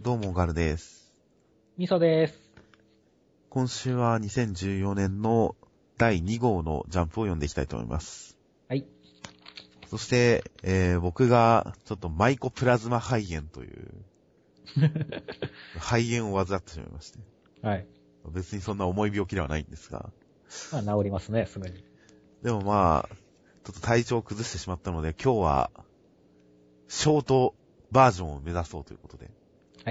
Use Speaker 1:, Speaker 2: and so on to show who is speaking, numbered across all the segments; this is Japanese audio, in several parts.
Speaker 1: どうもガルです。
Speaker 2: みそです。
Speaker 1: 今週は2014年の第2号のジャンプを読んでいきたいと思います。
Speaker 2: はい。
Speaker 1: そして、僕がちょっとマイコプラズマ肺炎という肺炎を患ってしまいまして。
Speaker 2: はい。
Speaker 1: 別にそんな重い病気ではないんですが。
Speaker 2: まあ治りますね、すぐに。
Speaker 1: でもまあ、ちょっと体調を崩してしまったので、今日はショートバージョンを目指そうということで。
Speaker 2: はい。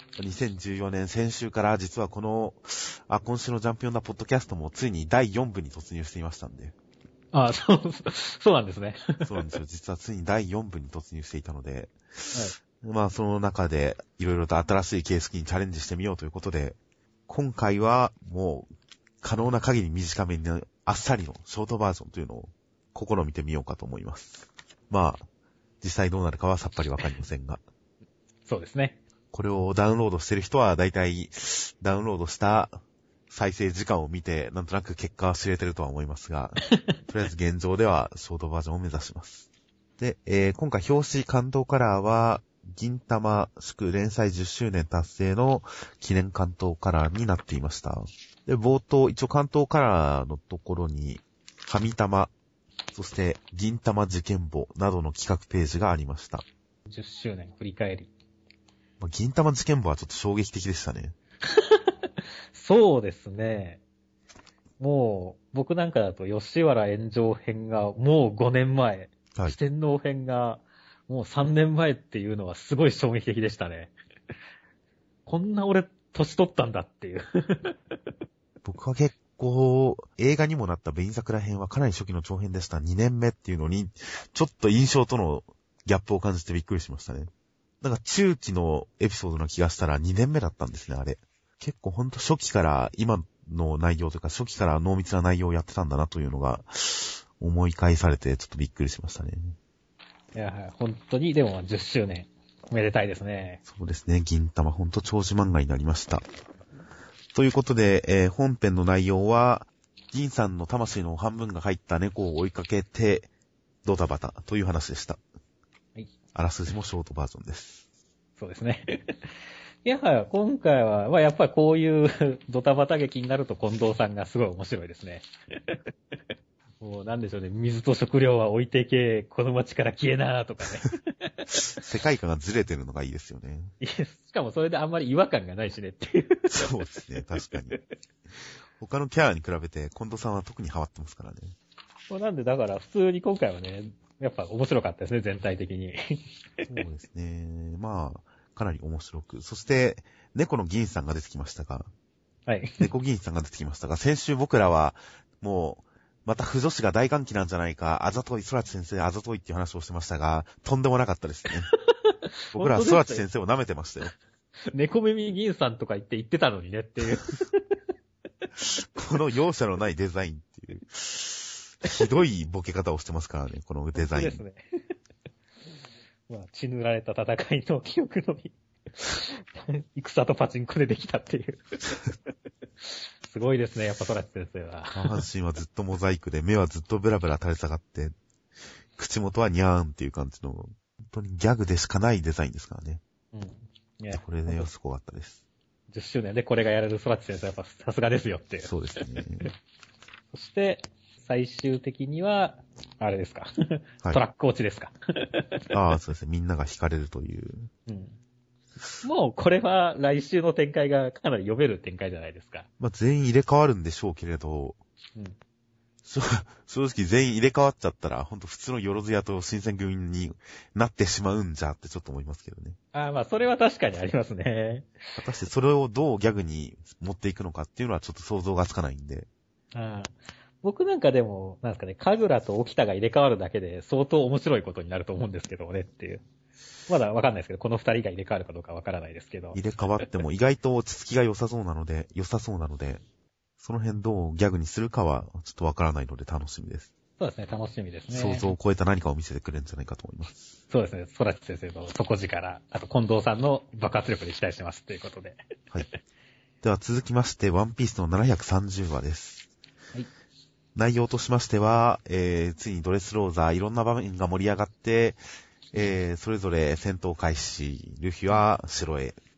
Speaker 1: 2014年先週から実は今週のジャンプ読んだポッドキャストもついに第4部に突入していましたんで。
Speaker 2: そうなんですね。
Speaker 1: そうなんですよ。実はついに第4部に突入していたので、
Speaker 2: はい。
Speaker 1: まあその中でいろいろと新しい形式にチャレンジしてみようということで、今回はもう可能な限り短めにあっさりのショートバージョンというのを試みてみようかと思います。まあ、実際どうなるかはさっぱりわかりませんが。
Speaker 2: そうですね。
Speaker 1: これをダウンロードしてる人はだいたいダウンロードした再生時間を見てなんとなく結果は知れてるとは思いますが、とりあえず現状ではショートバージョンを目指します。で、今回表紙関東カラーは銀玉祝連載10周年達成の記念関東カラーになっていました。で、冒頭一応関東カラーのところに紙玉、そして銀玉事件簿などの企画ページがありました。
Speaker 2: 10周年振り返り。
Speaker 1: 銀玉事件簿はちょっと衝撃的でしたね。
Speaker 2: そうですね。もう、僕なんかだと吉原炎上編がもう5年前、
Speaker 1: はい。
Speaker 2: 四天王編がもう3年前っていうのはすごい衝撃的でしたね。こんな俺、年取ったんだっていう。
Speaker 1: 僕は結構、映画にもなった紅桜編はかなり初期の長編でした。2年目っていうのに、ちょっと印象とのギャップを感じてびっくりしましたね。なんか中期のエピソードな気がしたら2年目だったんですね、あれ。結構ほんと初期から今の内容というか初期から濃密な内容をやってたんだなというのが思い返されてちょっとびっくりしましたね。
Speaker 2: いや、本当にでも10周年おめでたいですね。
Speaker 1: そうですね、銀玉ほんと長寿漫画になりました。ということで、本編の内容は銀さんの魂の半分が入った猫を追いかけてドタバタという話でした。
Speaker 2: はい。
Speaker 1: あらすじもショートバージョンです。
Speaker 2: そうですね。いや、今回は、やっぱりこういうドタバタ劇になると近藤さんがすごい面白いですね。もうなんでしょうね、水と食料は置いていけ、この街から消えなとかね。
Speaker 1: 世界観がずれてるのがいいですよね。
Speaker 2: いや、しかもそれであんまり違和感がないしねっていう。
Speaker 1: そうですね、確かに。他のキャラに比べて近藤さんは特にハマってますからね。
Speaker 2: なんでだから普通に今回はね、やっぱ面白かったですね、全体的に。
Speaker 1: そうですね。まあ、かなり面白く。そして、猫の銀さんが出てきましたが、
Speaker 2: はい。
Speaker 1: 猫銀さんが出てきましたが、先週僕らは、もう、また不女子が大歓喜なんじゃないか、あざとい、空知先生あざといっていう話をしてましたが、とんでもなかったですね。僕らは空知先生を舐めてましたよ。
Speaker 2: 猫耳銀さんとか言ってたのにねっていう。
Speaker 1: この容赦のないデザインっていう、ひどいボケ方をしてますからね、このデザイン。
Speaker 2: そうですね。まあ、血塗られた戦いの記憶のみ、戦とパチンコでできたっていう。すごいですね、やっぱ空知先生は。
Speaker 1: 下半身はずっとモザイクで、目はずっとブラブラ垂れ下がって、口元はニャーンっていう感じの、本当にギャグでしかないデザインですからね。
Speaker 2: うん。いや、
Speaker 1: これね、すごかったです。
Speaker 2: 10周年でこれがやれる空知先生はやっぱさすがですよっていう。
Speaker 1: そうですね。
Speaker 2: そして、最終的には、あれですか。
Speaker 1: はい、
Speaker 2: トラック落ちですか。
Speaker 1: ああ、そうですね。みんなが惹かれるという。
Speaker 2: うん。もうこれは来週の展開がかなり読める展開じゃないですか。
Speaker 1: まあ、全員入れ替わるんでしょうけれど、
Speaker 2: うん。
Speaker 1: 正直全員入れ替わっちゃったら、ほんと普通のよろずやと新選組になってしまうんじゃってちょっと思いますけどね。
Speaker 2: まあそれは確かにありますね。
Speaker 1: 果たしてそれをどうギャグに持っていくのかっていうのはちょっと想像がつかないんで。
Speaker 2: 僕なんかでも、なんですかね、神楽と沖田が入れ替わるだけで相当面白いことになると思うんですけどねっていう。まだわかんないですけど、この二人が入れ替わるかどうかわからないですけど。
Speaker 1: 入れ替わっても意外と落ち着きが良さそうなので、その辺どうギャグにするかはちょっとわからないので楽しみです。
Speaker 2: そうですね、楽しみですね。
Speaker 1: 想像を超えた何かを見せてくれるんじゃないかと思います。
Speaker 2: そうですね、空知先生の底力、あと近藤さんの爆発力で期待してますということで。
Speaker 1: はい。では続きまして、ワンピースの730話です。
Speaker 2: はい。
Speaker 1: 内容としましては、ついにドレスローザーいろんな場面が盛り上がって、それぞれ戦闘開始、ルフィは城へ。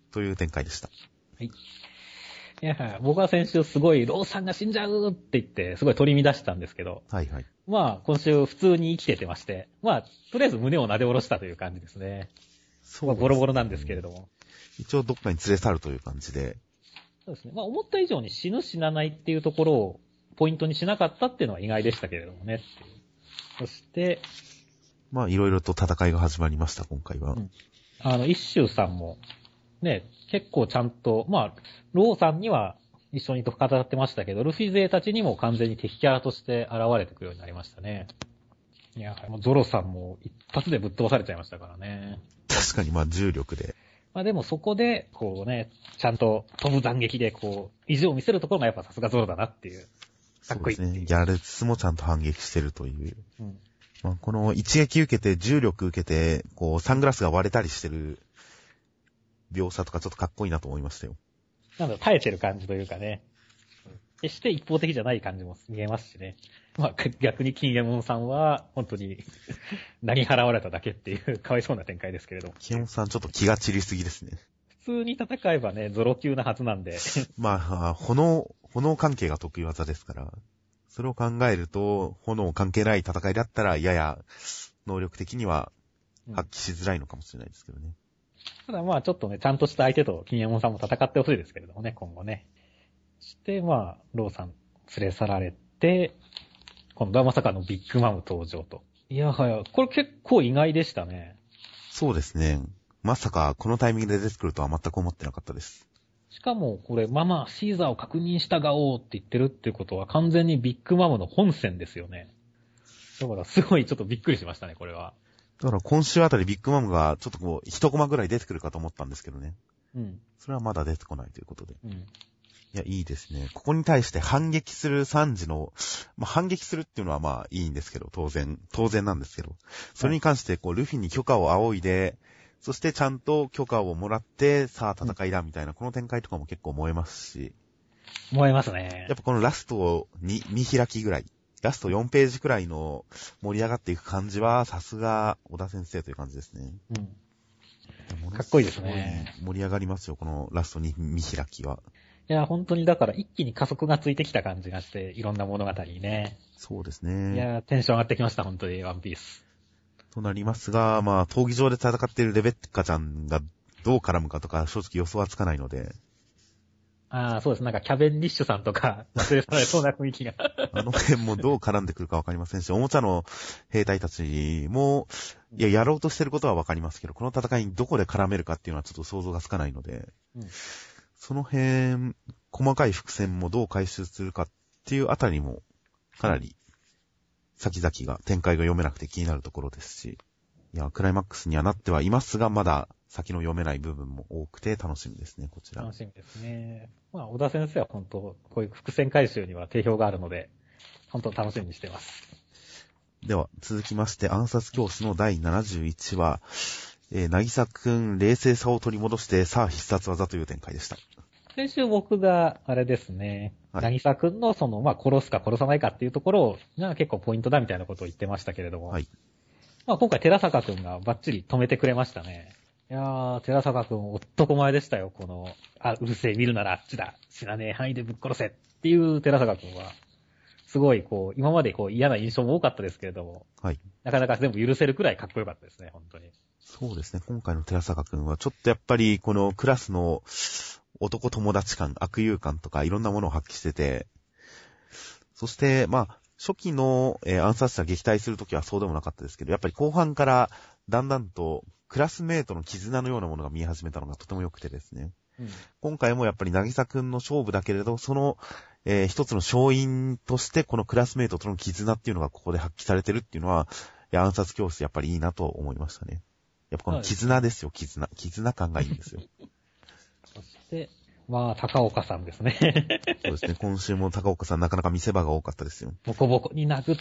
Speaker 1: という展開でした。
Speaker 2: はい。いや、僕は先週すごい、ローさんが死んじゃうって言って、すごい取り乱したんですけど、
Speaker 1: はいはい。
Speaker 2: まあ、今週普通に生きててまして、まあ、とりあえず胸を撫で下ろしたという感じですね。
Speaker 1: そうですね。
Speaker 2: まあ、ボロボロなんですけれども。
Speaker 1: 一応どっかに連れ去るという感じで。
Speaker 2: そうですね。まあ、思った以上に死ぬ死なないっていうところをポイントにしなかったっていうのは意外でしたけれどもね。そして、
Speaker 1: まあ、いろいろと戦いが始まりました、今回は。
Speaker 2: 一周さんも、ね、結構ちゃんと、まあ、ローさんには一緒にと語ってましたけど、ルフィ勢たちにも完全に敵キャラとして現れてくるようになりましたね。いや、もうゾロさんも一発でぶっ飛ばされちゃいましたからね。
Speaker 1: 確かにまあ重力で。
Speaker 2: まあでもそこで、こうね、ちゃんと飛ぶ斬撃でこう、意地を見せるところがやっぱさすがゾロだなっていう。かっこいいっていう。
Speaker 1: そうですね。ギャレツもちゃんと反撃してるという。
Speaker 2: うん。
Speaker 1: まあ、この一撃受けて、重力受けて、こう、サングラスが割れたりしてる描写とかちょっとかっこいいなと思いましたよ。
Speaker 2: なんだろ、耐えてる感じというかね。決して一方的じゃない感じも見えますしね。まあ逆に金右衛門さんは、本当に、投げ払われただけっていう、かわいそうな展開ですけれども。
Speaker 1: 金右衛門さんちょっと気が散りすぎですね。
Speaker 2: 普通に戦えばね、ゾロ級なはずなんで。
Speaker 1: まあ、炎関係が得意技ですから。それを考えると、炎関係ない戦いだったら、やや、能力的には、発揮しづらいのかもしれないですけどね。
Speaker 2: ただまあちょっとね、ちゃんとした相手と金右衛門さんも戦ってほしいですけれどもね、今後ね。そしてまあ、ローさん連れ去られて、今度はまさかのビッグマム登場と。いやはや、これ結構意外でしたね。
Speaker 1: そうですね。まさか、このタイミングで出てくるとは全く思ってなかったです。
Speaker 2: しかもこれ、ママ、シーザーを確認したがおうって言ってるってことは完全にビッグマムの本線ですよね。だからすごいちょっとびっくりしましたね、これは。
Speaker 1: だから今週あたりビッグマムがちょっとこう、一コマぐらい出てくるかと思ったんですけどね。
Speaker 2: うん。
Speaker 1: それはまだ出てこないということで。
Speaker 2: うん。
Speaker 1: いや、いいですね。ここに対して反撃するサンジの、まあ、反撃するっていうのはまあいいんですけど、当然なんですけど、それに関してこう、ルフィに許可を仰いで、そしてちゃんと許可をもらって、さあ戦いだみたいな、この展開とかも結構燃えますし、
Speaker 2: 燃えますね。
Speaker 1: やっぱこのラストに見開きぐらい、ラスト4ページくらいの盛り上がっていく感じは、さすが小田先生という感じですね。
Speaker 2: うん。かっこいいですね。
Speaker 1: 盛り上がりますよ、このラストに見開きは。
Speaker 2: いや、本当にだから一気に加速がついてきた感じがして、いろんな物語にね。
Speaker 1: そうですね。
Speaker 2: いや、テンション上がってきました、本当に、ワンピース。
Speaker 1: となりますが、まあ、闘技場で戦っているレベッカちゃんがどう絡むかとか、正直予想はつかないので。
Speaker 2: ああ、そうです。なんかキャベンディッシュさんとか忘れ去られそうな雰囲気が。
Speaker 1: あの辺もどう絡んでくるかわかりませんし、おもちゃの兵隊たちも、いや、やろうとしてることはわかりますけど、この戦いにどこで絡めるかっていうのはちょっと想像がつかないので、その辺、細かい伏線もどう回収するかっていうあたりも、かなり、先々が、展開が読めなくて気になるところですし、いや、クライマックスにはなってはいますが、まだ先の読めない部分も多くて楽しみですね、こちら。
Speaker 2: 楽しみですね。まあ、小田先生は本当、こういう伏線回収には定評があるので、本当楽しみにしてます。
Speaker 1: では、続きまして、暗殺教師の第71話、なぎさくん、冷静さを取り戻して、さあ必殺技という展開でした。
Speaker 2: 先週僕が、あれですね、なぎさくんのまあ、殺すか殺さないかっていうところが結構ポイントだみたいなことを言ってましたけれども、
Speaker 1: はい。
Speaker 2: まあ、今回寺坂くんがバッチリ止めてくれましたね。いやー、寺坂くん男前でしたよ、この、うるせえ、見るならあっちだ、死なねえ範囲でぶっ殺せっていう寺坂くんは、すごいこう、今までこう嫌な印象も多かったですけれども、
Speaker 1: はい。
Speaker 2: なかなか全部許せるくらいかっこよかったですね、本当に。
Speaker 1: そうですね、今回の寺坂くんは、ちょっとやっぱり、このクラスの男友達感、悪友感とかいろんなものを発揮してて、そして、まあ、初期の、暗殺者撃退するときはそうでもなかったですけど、やっぱり後半からだんだんとクラスメートの絆のようなものが見え始めたのがとても良くてですね。今回もやっぱりなぎさくんの勝負だけれど、その、一つの勝因としてこのクラスメートとの絆っていうのがここで発揮されてるっていうのは、暗殺教室やっぱりいいなと思いましたね。やっぱこの絆ですよ、絆感がいいんですよ。
Speaker 2: そして、まあ、高岡さんですね。
Speaker 1: そうですね、今週も高岡さんなかなか見せ場が多かったですよ。
Speaker 2: ボコボコに殴って、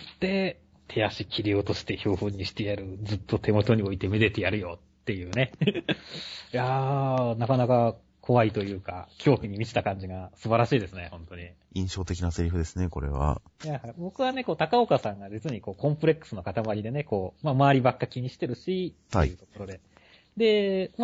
Speaker 2: 手足切り落として標本にしてやる。ずっと手元に置いてめでてやるよっていうね。いやー、なかなか怖いというか、恐怖に満ちた感じが素晴らしいですね、本当に。
Speaker 1: 印象的なセリフですね、これは。
Speaker 2: いや、僕はね、こう、高岡さんが実にこう、コンプレックスの塊でね、こう、まあ、周りばっか気にしてるし、
Speaker 1: はい。
Speaker 2: っていうところで。で、まあ、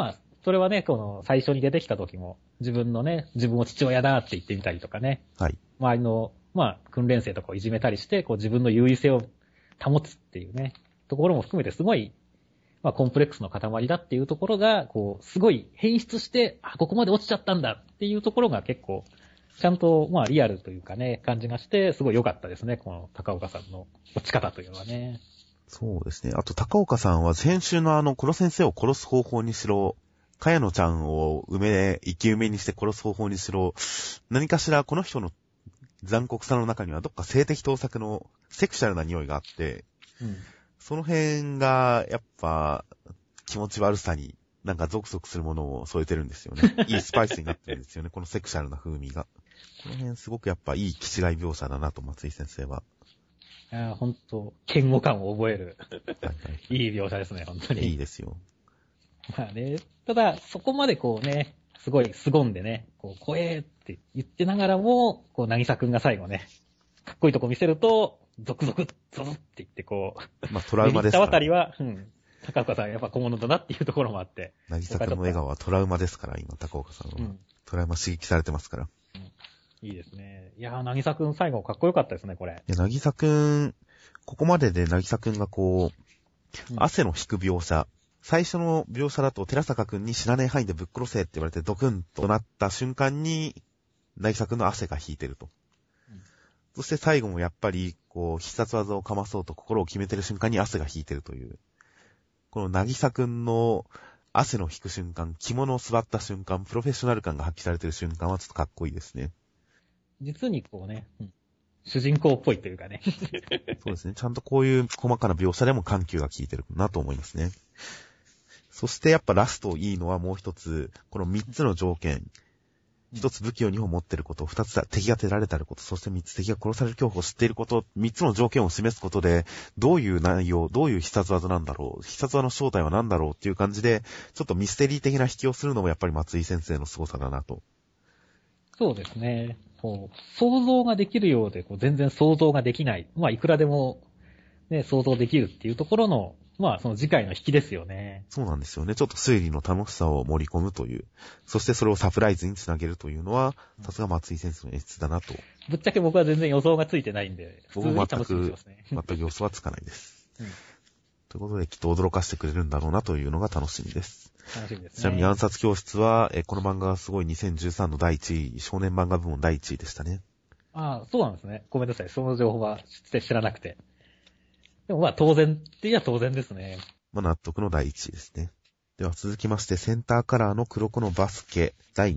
Speaker 2: それはね、この最初に出てきた時も、自分を父親だって言ってみたりとかね。
Speaker 1: はい。
Speaker 2: 周りの、訓練生とかをいじめたりして、こう自分の優位性を保つっていうね、ところも含めてすごい、コンプレックスの塊だっていうところが、こう、すごい変質して、ここまで落ちちゃったんだっていうところが結構、ちゃんと、リアルというかね、感じがして、すごい良かったですね、この高岡さんの落ち方というのはね。
Speaker 1: そうですね。あと、高岡さんは先週のこの先生を殺す方法にしろ、茅野ちゃんを生き埋めにして殺す方法にしろ、何かしらこの人の残酷さの中にはどっか性的盗作のセクシャルな匂いがあって、その辺がやっぱ気持ち悪さになんかゾクゾクするものを添えてるんですよね。いいスパイスになってるんですよね。このセクシャルな風味が。この辺すごくやっぱいい気違い描写だなと、松井先生は。
Speaker 2: ほんと、嫌悪感を覚える。
Speaker 1: はい
Speaker 2: いい描写ですね、本当に。
Speaker 1: いいですよ。
Speaker 2: ただ、そこまでこうね、すごい凄んでね、こう、怖えって言ってながらも、こう、なぎさくんが最後ね、かっこいいとこ見せると、ゾクゾク、ゾゾって言ってこう、
Speaker 1: トラウマですから。
Speaker 2: あたりは、高岡さんやっぱ小物だなっていうところもあって。
Speaker 1: なぎさくんの笑顔はトラウマですから、今、高岡さんは。トラウマ刺激されてますから。
Speaker 2: いいですね。いやー、なぎさくん最後かっこよかったですね、これ。
Speaker 1: なぎさくん、ここまででなぎさくんがこう、汗の引く描写。最初の描写だと、寺坂くんに知らねえ範囲でぶっ殺せって言われてドクンとなった瞬間に、なぎさくんの汗が引いてると。そして最後もやっぱり、こう、必殺技をかまそうと心を決めてる瞬間に汗が引いてるという。このなぎさくんの汗の引く瞬間、着物を座った瞬間、プロフェッショナル感が発揮されてる瞬間はちょっとかっこいいですね。
Speaker 2: 実にこうね、主人公っぽいというかね。
Speaker 1: そうですね。ちゃんとこういう細かな描写でも緩急が効いてるなと思いますね。そしてやっぱラストいいのはもう一つ、この3つの条件。1つ武器を2本持っていること、2つ敵が手られていること、そして3つ敵が殺される恐怖を知っていること、3つの条件を示すことで、どういう内容、どういう必殺技なんだろう、必殺技の正体は何だろうっていう感じで、ちょっとミステリー的な引きをするのもやっぱり松井先生の凄さだなと。
Speaker 2: そうですね。こう想像ができるようで、こう全然想像ができない。いくらでも、ね、想像できるっていうところの、その次回の引きですよね。
Speaker 1: そうなんですよね。ちょっと推理の楽しさを盛り込むという。そしてそれをサプライズにつなげるというのは、さすが松井先生の演出だなと。
Speaker 2: ぶっちゃけ僕は全然予想がついてないんで、普通に楽しみにしますね。
Speaker 1: 全く予想はつかないです。ということで、きっと驚かしてくれるんだろうなというのが楽しみです。
Speaker 2: 楽しみですね。
Speaker 1: ちなみに暗殺教室は、この漫画はすごい2013の第1位、少年漫画部門第1位でしたね。
Speaker 2: そうなんですね。ごめんなさい。その情報は知らなくて。でも当然って言えば当然ですね。
Speaker 1: 納得の第1位ですね。では続きまして、センターカラーの黒子のバスケ第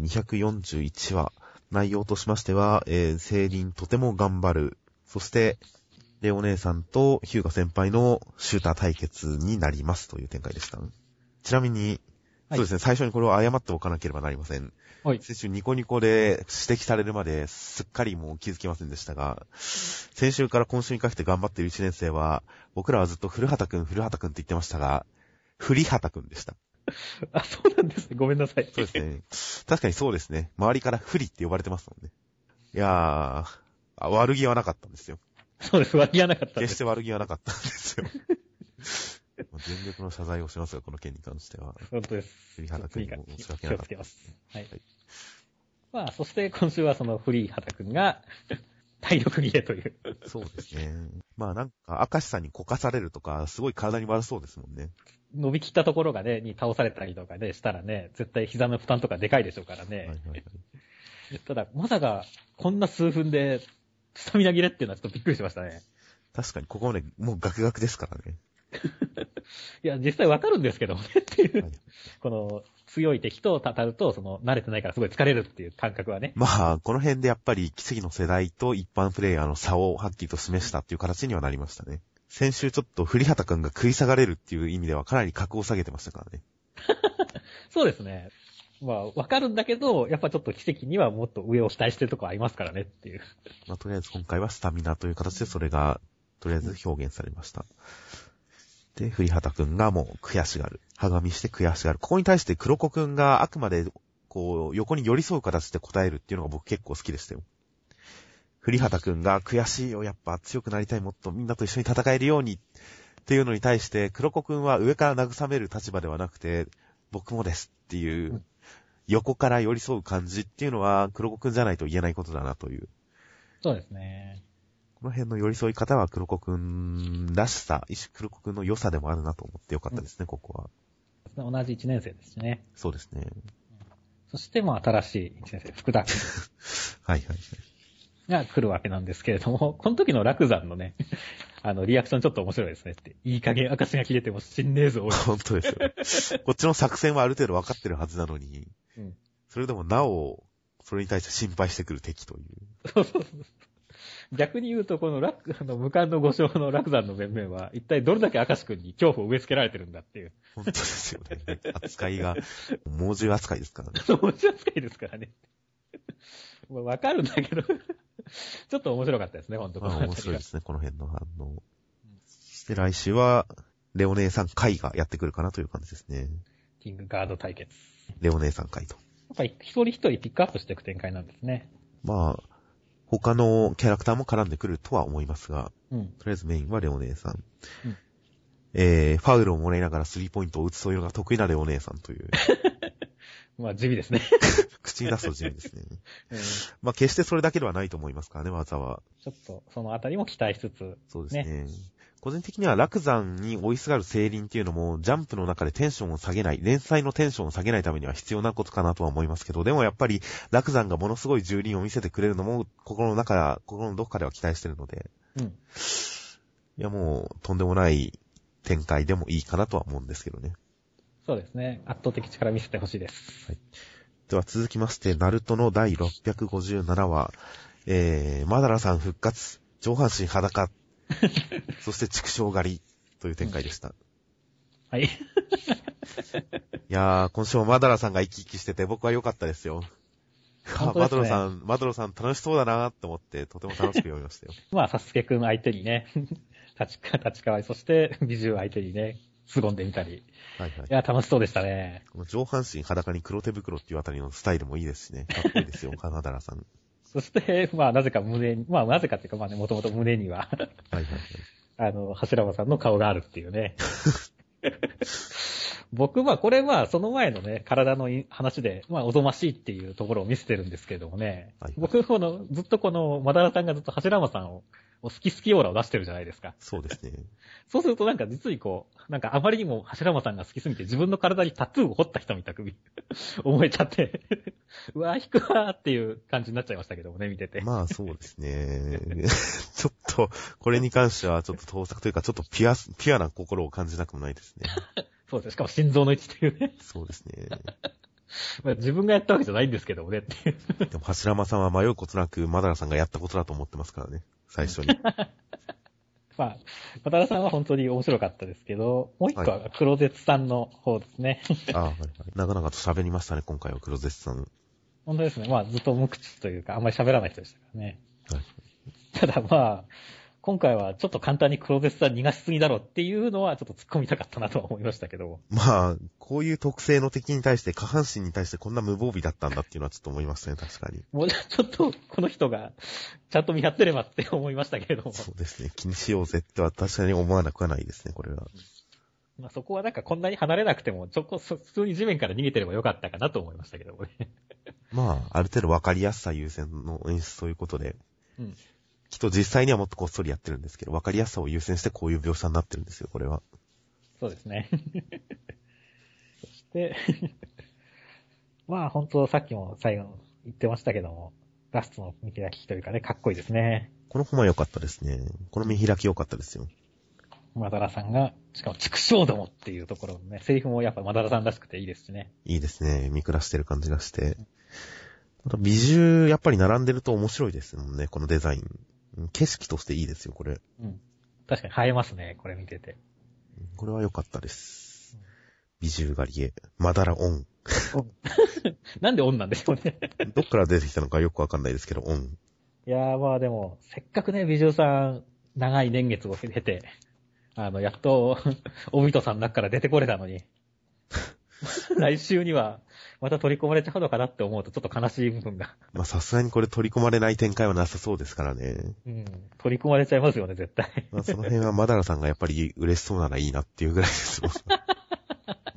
Speaker 1: 241話。内容としましては、聖輪とても頑張る。そして、レオ姉さんとヒューガ先輩のシューター対決になりますという展開でした。ちなみに、そうですね、最初にこれを謝っておかなければなりません。はい。先週ニコニコで指摘されるまですっかりもう気づきませんでしたが、先週から今週にかけて頑張っている1年生は、僕らはずっと古畑くんって言ってましたが、古畑くんでした。
Speaker 2: そうなんですね。ごめんなさい。
Speaker 1: そうですね。確かにそうですね。周りからフリって呼ばれてますもんね。いやー、悪気はなかったんですよ。
Speaker 2: そうです、悪気はなかったんです。
Speaker 1: 決して悪気はなかったんですよ。全力の謝罪をしますが、この件に関しては。
Speaker 2: 本当です。
Speaker 1: 古畑くんにも申し訳なかった。
Speaker 2: 気をつけます。はい。そして今週はその古畑くんが、体力切れという。
Speaker 1: そうですね。なんか、明石さんにこかされるとか、すごい体に悪そうですもんね。
Speaker 2: 伸びきったところがね、に倒されたりとかね、したらね、絶対膝の負担とかでかいでしょうからね。ただ、まさか、こんな数分で、スタミナ切れっていうのはちょっとびっくりしましたね。
Speaker 1: 確かに、ここまでもうガクガクですからね。
Speaker 2: いや、実際わかるんですけどねっていう。この、強い敵と当たると、慣れてないからすごい疲れるっていう感覚はね。
Speaker 1: この辺でやっぱり奇跡の世代と一般プレイヤーの差をはっきりと示したっていう形にはなりましたね。先週ちょっと古畑くんが食い下がれるっていう意味ではかなり格を下げてましたからね。
Speaker 2: そうですね。わかるんだけど、やっぱちょっと奇跡にはもっと上を期待してるとこありますからねっていう。
Speaker 1: とりあえず今回はスタミナという形でそれが、とりあえず表現されました。で、古畑くんがもう悔しがる。はがみして悔しがる。ここに対して黒子くんがあくまで、こう、横に寄り添う形で答えるっていうのが僕結構好きでしたよ。古畑くんが悔しいよ、やっぱ強くなりたい、もっとみんなと一緒に戦えるようにっていうのに対して、黒子くんは上から慰める立場ではなくて、僕もですっていう、横から寄り添う感じっていうのは、黒子くんじゃないと言えないことだなという。
Speaker 2: そうですね。
Speaker 1: この辺の寄り添い方は黒子くんらしさ、黒子くんの良さでもあるなと思ってよかったですね、ここは。
Speaker 2: 同じ1年生ですしね。
Speaker 1: そうですね。
Speaker 2: そして新しい1年生、福田君。
Speaker 1: はいはいはい。
Speaker 2: が来るわけなんですけれども、この時の楽山のね、リアクションちょっと面白いですねって。いい加減証が切れても死んねえぞ、
Speaker 1: 本当ですよ。こっちの作戦はある程度分かってるはずなのに、それでもなお、それに対して心配してくる敵という。
Speaker 2: そうそうそう。逆に言うと、この無冠の五将の楽山の面々は、一体どれだけ明石君に恐怖を植え付けられてるんだっていう。
Speaker 1: 本当ですよね。扱いが、猛獣扱いですからね。
Speaker 2: 猛獣扱いですからね。わかるんだけど、ちょっと面白かったですね、本当。
Speaker 1: 面白いですね、この辺の反応。そして来週は、レオ姉さん会がやってくるかなという感じですね。
Speaker 2: キングガード対決。
Speaker 1: レオ姉さん会と。や
Speaker 2: っぱり一人一人ピックアップしていく展開なんですね。
Speaker 1: まあ、他のキャラクターも絡んでくるとは思いますが、とりあえずメインはレオ姉さん。ファウルをもらいながらスリーポイントを打つそういうのが得意なレオ姉さんという。
Speaker 2: まあ地味ですね。
Speaker 1: 口に出すと地味ですね。まあ決してそれだけではないと思いますからね、技は。
Speaker 2: ちょっとそのあたりも期待しつつ。
Speaker 1: そうですね。個人的には楽山に追いすがる競輪っていうのも、ジャンプの中でテンションを下げない、連載のテンションを下げないためには必要なことかなとは思いますけど、でもやっぱり楽山がものすごい蹂躙を見せてくれるのも、心のどこかでは期待してるので、いやもう、とんでもない展開でもいいかなとは思うんですけどね。
Speaker 2: そうですね。圧倒的力見せてほしいです。
Speaker 1: はい。では続きまして、ナルトの第657話、マダラさん復活、上半身裸、そして畜生狩りという展開でした。
Speaker 2: はい。い
Speaker 1: やー、今週もマダラさんが生き生きしてて僕は良かったですよ。マドロさん楽しそうだなーって思って、とても楽しく読みましたよ。
Speaker 2: まあ、サスケくん相手にね、立川、そして美獣相手にね、凄んでみたり。はいはい。いや、楽しそうでしたね。
Speaker 1: この上半身裸に黒手袋っていうあたりのスタイルもいいですしね。かっこいいですよ、マダラさん。
Speaker 2: そして、まあ、なぜか胸に、まあ、なぜかっていうか、まあね、もともと胸には、はいはいはい。柱間さんの顔があるっていうね。僕は、これは、その前のね、体の話で、まあ、おぞましいっていうところを見せてるんですけれどもね。はいはい、僕、ずっとこの、マダラさんがずっと柱間さんを、好き好きオーラを出してるじゃないですか。
Speaker 1: そうですね。
Speaker 2: そうするとなんか実にこう、なんかあまりにも柱間さんが好きすぎて自分の体にタトゥーを彫った人みたく思えちゃって、うわぁ、引くわーっていう感じになっちゃいましたけどもね、見てて。
Speaker 1: まあそうですね。ちょっと、これに関してはちょっと盗作というか、ちょっとピュアな心を感じなくもないですね。
Speaker 2: そうですね。しかも心臓の位置というね。
Speaker 1: そうですね。
Speaker 2: まあ、自分がやったわけじゃないんですけどもねっていう。
Speaker 1: でも柱間さんは迷うことなくマダラさんがやったことだと思ってますからね。最初に。
Speaker 2: まあ、マダラさんは本当に面白かったですけど、もう一個は黒絶さんの方ですね。
Speaker 1: はいはいはい。長々と喋りましたね、今回は黒絶さん。
Speaker 2: 本当ですね。まあずっと無口というか、あんまり喋らない人でしたからね。
Speaker 1: はい。
Speaker 2: ただまあ、今回はちょっと簡単に黒絶さん逃がしすぎだろっていうのはちょっと突っ込みたかったなとは思いましたけど。
Speaker 1: まあ、こういう特性の敵に対して下半身に対してこんな無防備だったんだっていうのはちょっと思いましたね、確かに。
Speaker 2: もうちょっとこの人がちゃんと見張ってればって思いましたけれども。
Speaker 1: そうですね。気にしようぜっては確かに思わなくはないですね、これは。
Speaker 2: まあそこはなんかこんなに離れなくても、普通に地面から逃げてればよかったかなと思いましたけどもね。
Speaker 1: まあ、ある程度分かりやすさ優先の演出ということで。きっと実際にはもっとこっそりやってるんですけど、分かりやすさを優先してこういう描写になってるんですよ、これは。
Speaker 2: そうですね。そして、まあ本当さっきも最後言ってましたけども、ラストの見開きというかね、かっこいいですね。
Speaker 1: このコマ良かったですね。この見開き良かったですよ。
Speaker 2: マダラさんが、しかも畜生どもっていうところのね、セリフもやっぱマダラさんらしくていいですしね。
Speaker 1: いいですね。見下してる感じがして。あと美獣やっぱり並んでると面白いですもんね、このデザイン。景色としていいですよ、これ。
Speaker 2: 確かに映えますね、これ見てて。
Speaker 1: これは良かったです。美獣狩りへ、マダラオン。
Speaker 2: なんでオンなんでしょうね。
Speaker 1: どっから出てきたのかよくわかんないですけど、オン。
Speaker 2: いやーまあでも、せっかくね、美獣さん、長い年月を経て、やっと、おみとさんの中から出てこれたのに、来週には、また取り込まれちゃうのかなって思うとちょっと悲しい部分が。
Speaker 1: まあさすがにこれ取り込まれない展開はなさそうですからね。
Speaker 2: 取り込まれちゃいますよね、絶対。
Speaker 1: まあその辺はマダラさんがやっぱり嬉しそうならいいなっていうぐらいですもん。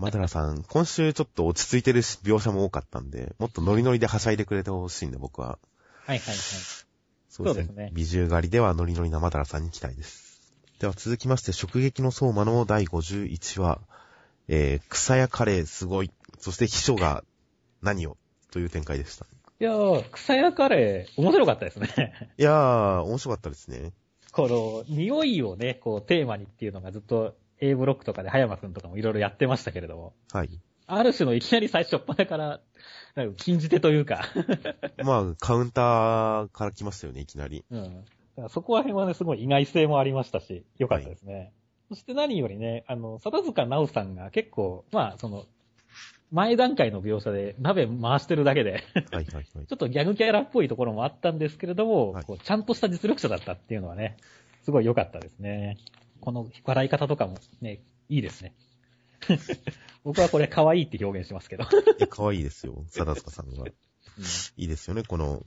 Speaker 1: マダラさん、今週ちょっと落ち着いてる描写も多かったんで、もっとノリノリではしゃいでくれてほしいんで、僕は。
Speaker 2: はいはいはい。
Speaker 1: そうですね。美獣狩りではノリノリなマダラさんに期待です。では続きまして、食撃の相馬の第51話、草やカレーすごい、そして秘書が何をという展開でした。
Speaker 2: いやー、草やカレー、面白かったですね。
Speaker 1: いやー、面白かったですね。
Speaker 2: この、匂いをね、こう、テーマにっていうのがずっと A ブロックとかで葉山くんとかもいろいろやってましたけれども。
Speaker 1: はい。
Speaker 2: ある種のいきなり最初っ端から、なんか禁じ手というか。
Speaker 1: まあ、カウンターから来ましたよね、いきなり。
Speaker 2: うん。だからそこら辺はね、すごい意外性もありましたし、良かったですね。はい、そして何よりね、貞塚直さんが結構、まあ、前段階の描写で鍋回してるだけで
Speaker 1: はいはいはい、ちょ
Speaker 2: っとギャグキャラっぽいところもあったんですけれども、はい、こうちゃんとした実力者だったっていうのはね、すごい良かったですね。この笑い方とかもね、いいですね。僕はこれ可愛いって表現しますけど。い
Speaker 1: や、可愛いですよ、貞塚さんが。いいですよね、この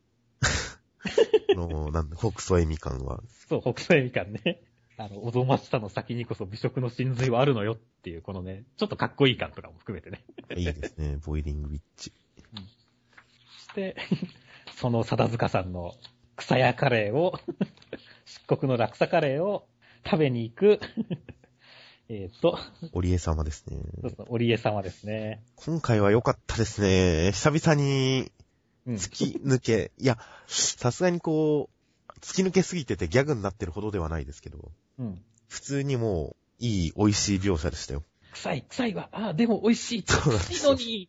Speaker 1: 北総恵美感は。
Speaker 2: そう、北総恵美感ね。おぞましさの先にこそ美食の真髄はあるのよっていう、このね、ちょっとかっこいい感とかも含めてね。
Speaker 1: いいですね、ボイリングウィッチ。
Speaker 2: そして、その貞塚さんの草屋カレーを、漆黒の落差カレーを食べに行く、
Speaker 1: 織江様ですね。
Speaker 2: そうそう、織江様ですね。
Speaker 1: 今回は良かったですね。久々に、突き抜け、いや、さすがにこう、突き抜けすぎててギャグになってるほどではないですけど、普通にもう、いい、美味しい描写でしたよ。
Speaker 2: 臭いわ。でも美味しい。臭いのに。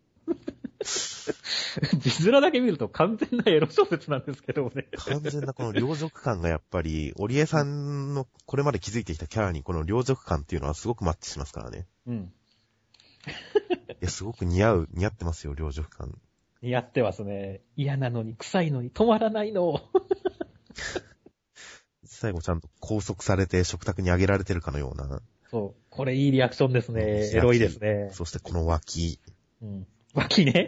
Speaker 2: 字面だけ見ると完全なエロ小説なんですけどね。
Speaker 1: 完全なこの両辱感がやっぱり、織江さんのこれまで築いてきたキャラにこの両辱感っていうのはすごくマッチしますからね。いや、すごく似合ってますよ、両辱感。
Speaker 2: 似合ってますね。嫌なのに臭いのに止まらないの。
Speaker 1: 最後ちゃんと拘束されて食卓にあげられてるかのような。
Speaker 2: そう。これいいリアクションですね。エロいですね。
Speaker 1: そしてこの脇。
Speaker 2: 脇ね。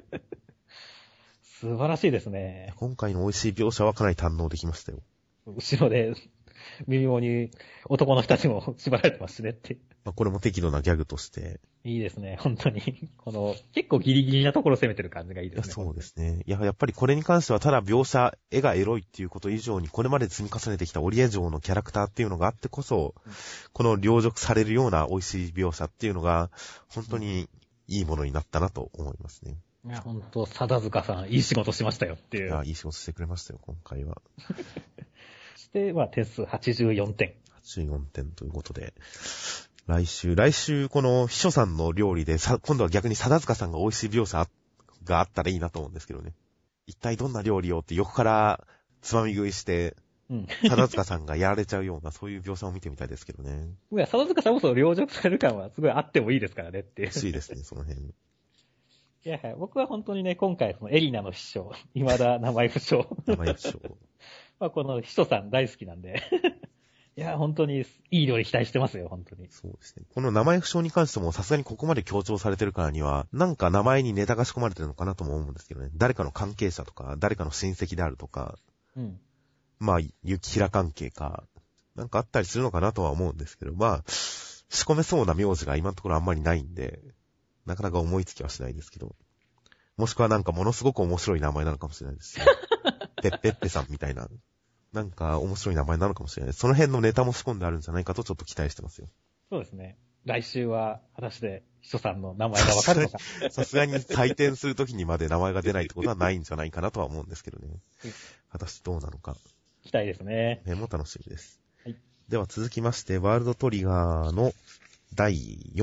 Speaker 2: 素晴らしいですね。
Speaker 1: 今回の美味しい描写はかなり堪能できましたよ。
Speaker 2: 後ろで、微妙に男の人たちも縛られてますしねって。
Speaker 1: これも適度なギャグとして。
Speaker 2: いいですね、本当に。結構ギリギリなところを攻めてる感じがいいですね。
Speaker 1: そうですね。やっぱりこれに関してはただ描写、絵がエロいっていうこと以上にこれまで積み重ねてきた織江城のキャラクターっていうのがあってこそ、この両辱されるような美味しい描写っていうのが、本当にいいものになったなと思いますね。
Speaker 2: いや、ほんと、貞塚さん、いい仕事しましたよっていう。
Speaker 1: いや、いい仕事してくれましたよ、今回は。
Speaker 2: そして、点数84点。
Speaker 1: 84点ということで、来週、この秘書さんの料理で、今度は逆に貞塚さんが美味しい描写があったらいいなと思うんですけどね。一体どんな料理をって横からつまみ食いして、貞塚さんがやられちゃうような、そういう描写を見てみたいですけどね。
Speaker 2: いや、貞塚さんも両辱される感はすごいあってもいいですからねっていう。
Speaker 1: 欲しいですね、その辺。
Speaker 2: いや、僕は本当にね、今回、エリナの秘書、未だ名前不詳。
Speaker 1: 名前不詳。
Speaker 2: この秘書さん大好きなんで。いや、本当にいい料理期待してますよ、本当に。
Speaker 1: そうですね。この名前不詳に関してもさすがにここまで強調されてるからには、なんか名前にネタが仕込まれてるのかなとも思うんですけどね。誰かの関係者とか、誰かの親戚であるとか、雪平関係か、なんかあったりするのかなとは思うんですけど、仕込めそうな名字が今のところあんまりないんで、なかなか思いつきはしないですけど。もしくはなんかものすごく面白い名前なのかもしれないですし、ペッペッペさんみたいな、なんか面白い名前なのかもしれない。その辺のネタも仕込んであるんじゃないかとちょっと期待してますよ。
Speaker 2: そうですね。来週は果たして秘書さんの名前がわかるのか。
Speaker 1: さすがに採点するときにまで名前が出ないってことはないんじゃないかなとは思うんですけどね。果たしてどうなのか。
Speaker 2: 期待ですね。
Speaker 1: も楽しみです。
Speaker 2: はい、
Speaker 1: では続きまして、ワールドトリガーの第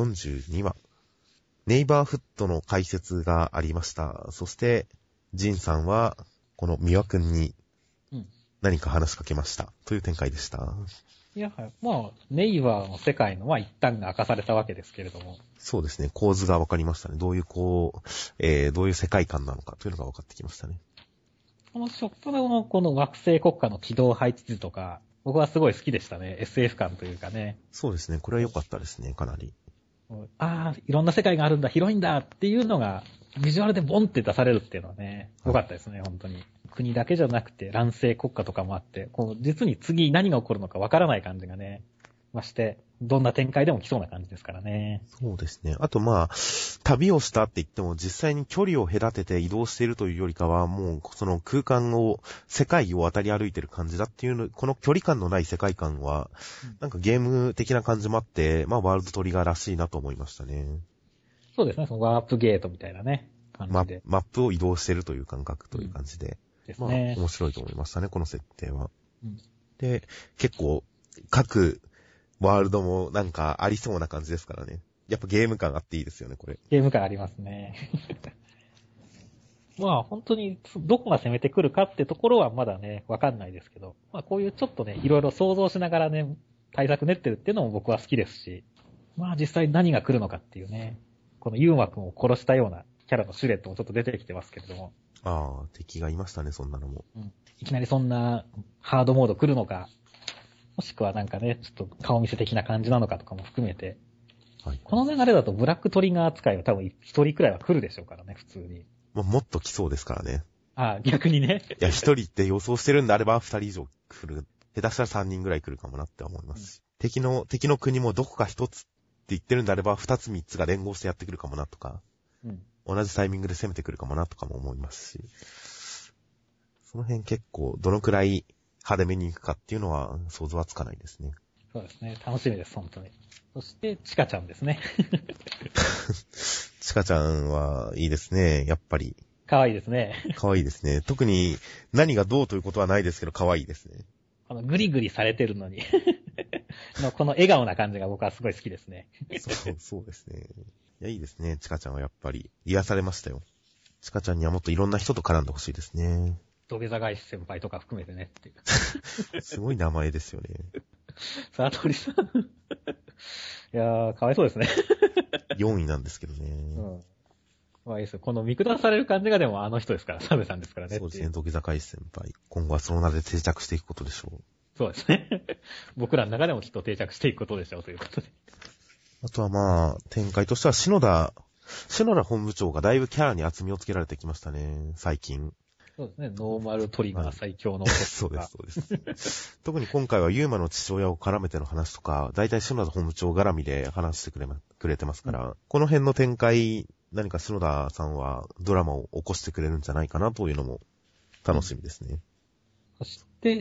Speaker 1: 42話。ネイバーフットの解説がありました。そして、ジンさんは、このミワくんに何か話しかけました。という展開でした。
Speaker 2: いや、ネイバーの世界の一端が明かされたわけですけれども。
Speaker 1: そうですね。構図が分かりましたね。どういう世界観なのかというのが分かってきましたね。
Speaker 2: このショップのこの惑星国家の軌道配置図とか、僕はすごい好きでしたね。SF 感というかね。
Speaker 1: そうですね。これは良かったですね。かなり。
Speaker 2: いろんな世界があるんだ、広いんだっていうのが、ビジュアルでボンって出されるっていうのはね、良かったですね、本当に。国だけじゃなくて、乱世国家とかもあって、実に次何が起こるのかわからない感じがね、 まして、どんな展開でも来そうな感じですからね。
Speaker 1: そうですね。あとまあ、旅をしたって言っても実際に距離を隔てて移動しているというよりかは、もうその空間を、世界を渡り歩いてる感じだっていうの、この距離感のない世界観は、なんかゲーム的な感じもあって、まあワールドトリガーらしいなと思いましたね。
Speaker 2: そうですね、そのワープゲートみたいなね、感じで。
Speaker 1: マップを移動してるという感覚という感じで。
Speaker 2: ですね。
Speaker 1: まあ面白いと思いましたね、この設定は。
Speaker 2: うん、
Speaker 1: で、結構、各ワールドもなんかありそうな感じですからね。やっぱゲーム感あっていいですよね、これ。
Speaker 2: ゲーム感ありますね。まあ本当にどこが攻めてくるかってところはまだね、わかんないですけど、まあこういうちょっとね、いろいろ想像しながらね、対策練ってるっていうのも僕は好きですし、まあ実際何が来るのかっていうね、このユーマくんを殺したようなキャラのシュレットもちょっと出てきてますけれども。
Speaker 1: ああ、敵がいましたね、そんなのも。
Speaker 2: うん。いきなりそんなハードモード来るのか、もしくはなんかね、ちょっと顔見せ的な感じなのかとかも含めて、はい、この流れだとブラックトリガー扱いは多分一人くらいは来るでしょうからね、普通に。
Speaker 1: もっと来そうですからね。
Speaker 2: ああ、逆にね。
Speaker 1: いや、一人って予想してるんであれば、二人以上来る。下手したら三人ぐらい来るかもなって思いますし。敵の国もどこか一つって言ってるんであれば、二つ三つが連合してやってくるかもなとか、同じタイミングで攻めてくるかもなとかも思いますし。その辺結構、どのくらい派手めに行くかっていうのは想像はつかないですね。
Speaker 2: そうですね。楽しみです、本当に。そして、チカちゃんですね。
Speaker 1: チカちゃんはいいですね、やっぱり。
Speaker 2: 可愛いですね。
Speaker 1: 可愛いですね。特に何がどうということはないですけど、可愛いですね。
Speaker 2: グリグリされてるのにこの笑顔な感じが僕はすごい好きですね。
Speaker 1: そうですね。いや、いいですね。チカちゃんはやっぱり癒されましたよ。チカちゃんにはもっといろんな人と絡んでほしいですね。
Speaker 2: 土下座返し先輩とか含めてねっていう。
Speaker 1: すごい名前ですよね。
Speaker 2: サトリさん。いやー、かわいそうですね。
Speaker 1: 4位なんですけどね。
Speaker 2: うん。まあいいですよ。この見下される感じがでもあの人ですから、サメさんですからね。
Speaker 1: そうですね、土下座返し先輩。今後はその名で定着していくことでしょう。
Speaker 2: そうですね。僕らの中でもきっと定着していくことでしょうということで。
Speaker 1: あとはまあ、展開としては篠田本部長がだいぶキャラに厚みをつけられてきましたね、最近。
Speaker 2: そうですね。ノーマルトリガー最強の男、はい、
Speaker 1: そうです。特に今回はユーマの父親を絡めての話とか、だいたい篠田本部長絡みで話してくれてますから、この辺の展開、何か篠田さんはドラマを起こしてくれるんじゃないかなというのも楽しみですね。
Speaker 2: そして、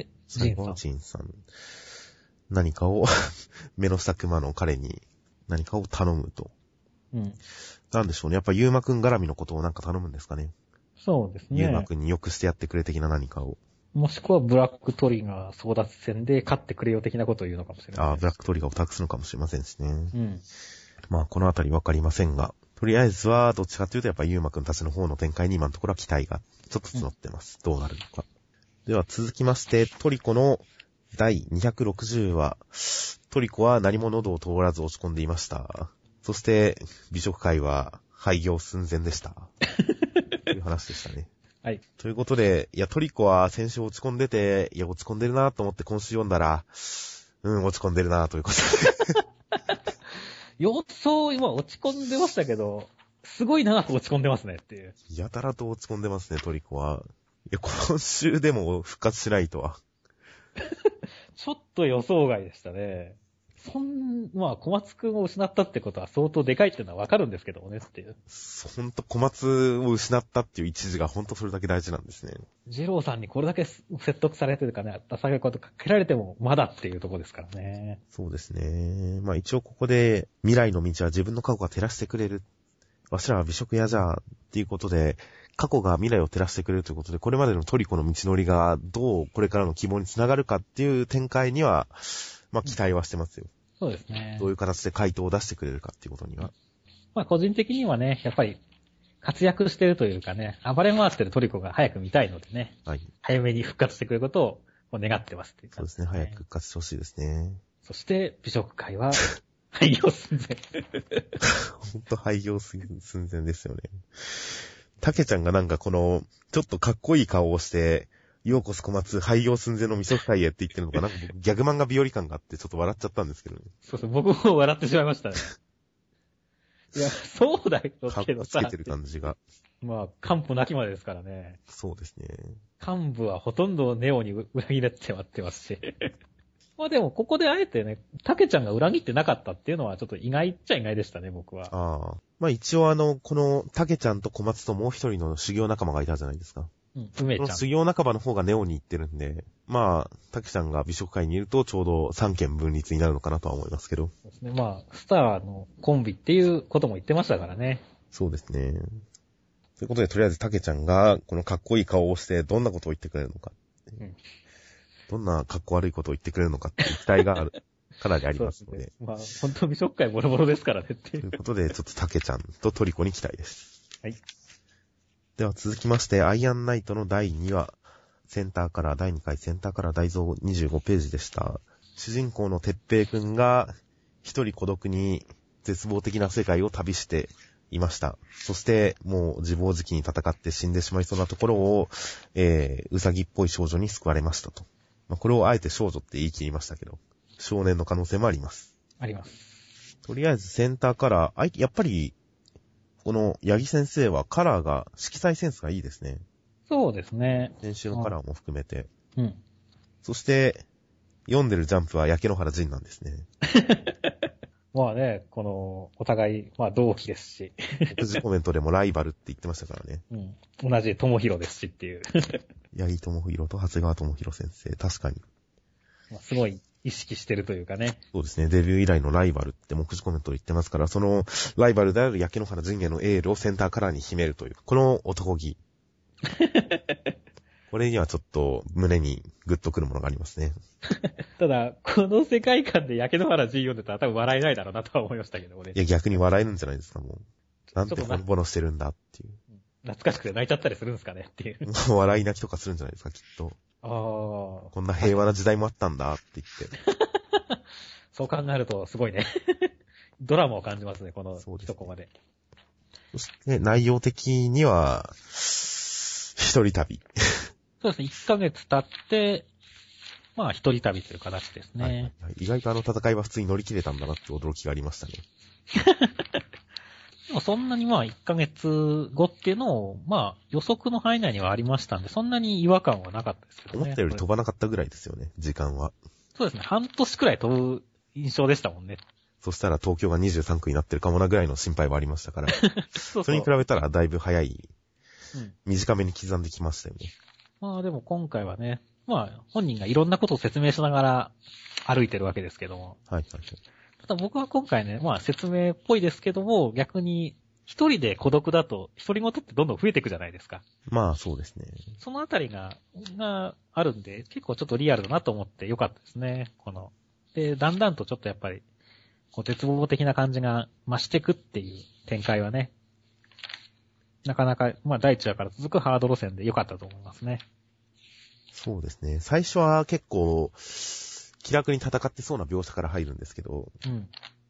Speaker 1: 最後はジンさん。何かを、目の下熊の彼に何かを頼むと。なんでしょうね。やっぱユーマくん絡みのことをなんか頼むんですかね。
Speaker 2: そうですね。
Speaker 1: ユーマくんによくしてやってくれ的な何かを。
Speaker 2: もしくはブラックトリガー争奪戦で勝ってくれよ的なことを言うのかもしれない。
Speaker 1: ああ、ブラックトリガーを託すのかもしれませんしね。まあ、このあたりわかりませんが、とりあえずは、どっちかというとやっぱユーマくんたちの方の展開に今のところは期待がちょっと募ってます。どうなるのか。では続きまして、トリコの第260話。トリコは何も喉を通らず落ち込んでいました。そして、美食会は廃業寸前でした。という話でしたね。
Speaker 2: はい。
Speaker 1: ということで、いや、トリコは先週落ち込んでて、いや、落ち込んでるなと思って今週読んだら、落ち込んでるなということで。
Speaker 2: 予想、今落ち込んでましたけど、すごい長く落ち込んでますねっていう。
Speaker 1: やたらと落ち込んでますね、トリコは。いや、今週でも復活しないとは。
Speaker 2: ちょっと予想外でしたね。まあ、小松くんを失ったってことは相当でかいっていうのはわかるんですけどもねっていう。
Speaker 1: ほんと小松を失ったっていう一時がほんとそれだけ大事なんですね。
Speaker 2: ジローさんにこれだけ説得されてるかね、出されることかけられてもまだっていうところですからね。
Speaker 1: そうですね。まあ一応ここで未来の道は自分の過去が照らしてくれる。わしらは美食屋じゃっていうことで、過去が未来を照らしてくれるということで、これまでのトリコの道のりがどうこれからの希望につながるかっていう展開には、まあ期待はしてますよ。
Speaker 2: そうですね。
Speaker 1: どういう形で回答を出してくれるかっていうことには。
Speaker 2: まあ個人的にはね、やっぱり活躍してるというかね、暴れ回ってるトリコが早く見たいのでね、はい、早めに復活してくれることを願ってますっていう感じですね。
Speaker 1: そうですね、早く復活してほしいですね。
Speaker 2: そして美食会は廃業寸前。
Speaker 1: ほんと廃業寸前ですよね。たけちゃんがなんかこの、ちょっとかっこいい顔をして、ようこそ小松廃業寸前の美食会へって言ってるのかなんか僕ギャグ漫画日和感があってちょっと笑っちゃったんですけどね。
Speaker 2: そうそう、僕も笑ってしまいましたね。いや、そうだよけどさ。
Speaker 1: かっこつけてる感じが。
Speaker 2: まあ、幹部なきまでですからね。
Speaker 1: そうですね。
Speaker 2: 幹部はほとんどネオに裏切れて割ってますし。 まあでも、ここであえてね、タケちゃんが裏切ってなかったっていうのはちょっと意外っちゃ意外でしたね、僕は。
Speaker 1: ああ。まあ一応このタケちゃんと小松ともう一人の修行仲間がいたじゃないですか。
Speaker 2: うん、梅ちゃん。
Speaker 1: その修行仲間の方がネオに行ってるんで、まあ、タケちゃんが美食会にいるとちょうど三権分立になるのかなとは思いますけど。
Speaker 2: そうですね。まあ、スターのコンビっていうことも言ってましたからね。
Speaker 1: そうですね。ということで、とりあえずタケちゃんがこのかっこいい顔をしてどんなことを言ってくれるのか。
Speaker 2: うん、
Speaker 1: どんなかっこ悪いことを言ってくれるのかっていう期待がある。かなりありますので。
Speaker 2: まあ、本当美食会ボロボロですからねっていう。
Speaker 1: ということで、ちょっとタケちゃんとトリコに期待です。
Speaker 2: はい。
Speaker 1: では続きまして、アイアンナイトの第2話、第2回センターから大蔵25ページでした。主人公の鉄平くんが一人孤独に絶望的な世界を旅していました。そしてもう自暴自棄に戦って死んでしまいそうなところを、うさぎっぽい少女に救われましたと。まあ、これをあえて少女って言い切りましたけど、少年の可能性もあります。
Speaker 2: あります。
Speaker 1: とりあえずセンターカラー、やっぱりこの八木先生はカラーが、色彩センスがいいですね。
Speaker 2: そうですね。
Speaker 1: 先週のカラーも含めて。
Speaker 2: うん。
Speaker 1: そして、読んでるジャンプは焼け野原仁なんですね。
Speaker 2: まあね、お互い、まあ同期ですし。
Speaker 1: 目次コメントでもライバルって言ってましたからね。
Speaker 2: うん。同じ友広ですしっていう。
Speaker 1: 八木智弘と長谷川智弘先生、確かに。
Speaker 2: まあ、すごい意識してるというかね。
Speaker 1: そうですね、デビュー以来のライバルって目次コメントで言ってますから、そのライバルである焼け野原仁へのエールをセンターカラーに秘めるという、この男気。これにはちょっと胸にグッとくるものがありますね。
Speaker 2: ただ、この世界観で焼け野原 G 読んでたら多分笑えないだろうなとは思いましたけどね。
Speaker 1: いや、逆に笑えるんじゃないですか、もう。なんてボノボノしてるんだっていう。
Speaker 2: 懐かしくて泣いちゃったりするんですかねっていう。
Speaker 1: もう笑い泣きとかするんじゃないですか、きっと。
Speaker 2: ああ。
Speaker 1: こんな平和な時代もあったんだって言って。
Speaker 2: そう考えるとすごいね。ドラマを感じますね、この一コマで。
Speaker 1: そして内容的には、一人旅。
Speaker 2: そうですね、1ヶ月経って、まあ一人旅という形ですね。
Speaker 1: はいはい、意外と戦いは普通に乗り切れたんだなって驚きがありましたね。
Speaker 2: でもそんなにまあ1ヶ月後っていうのを、まあ予測の範囲内にはありましたんで、そんなに違和感はなかったですけどね。
Speaker 1: 思ったより飛ばなかったぐらいですよね、時間は。
Speaker 2: そうですね、半年くらい飛ぶ印象でしたもんね。
Speaker 1: そしたら東京が23区になってるかもなぐらいの心配はありましたから。
Speaker 2: そう
Speaker 1: それに比べたらだいぶ早い、
Speaker 2: うん、
Speaker 1: 短めに刻んできましたよね。
Speaker 2: まあでも今回はね、まあ本人がいろんなことを説明しながら歩いてるわけですけども。
Speaker 1: はいはいはい。
Speaker 2: ただ僕は今回ね、まあ説明っぽいですけども、逆に一人で孤独だと独り言ってどんどん増えていくじゃないですか。
Speaker 1: まあそうですね。
Speaker 2: そのあたりがあるんで、結構ちょっとリアルだなと思ってよかったですね。で、だんだんとちょっとやっぱり、絶望的な感じが増していくっていう展開はね、なかなか、まあ第一話から続くハード路線で良かったと思いますね。
Speaker 1: そうですね。最初は結構、気楽に戦ってそうな描写から入るんですけど、
Speaker 2: うん。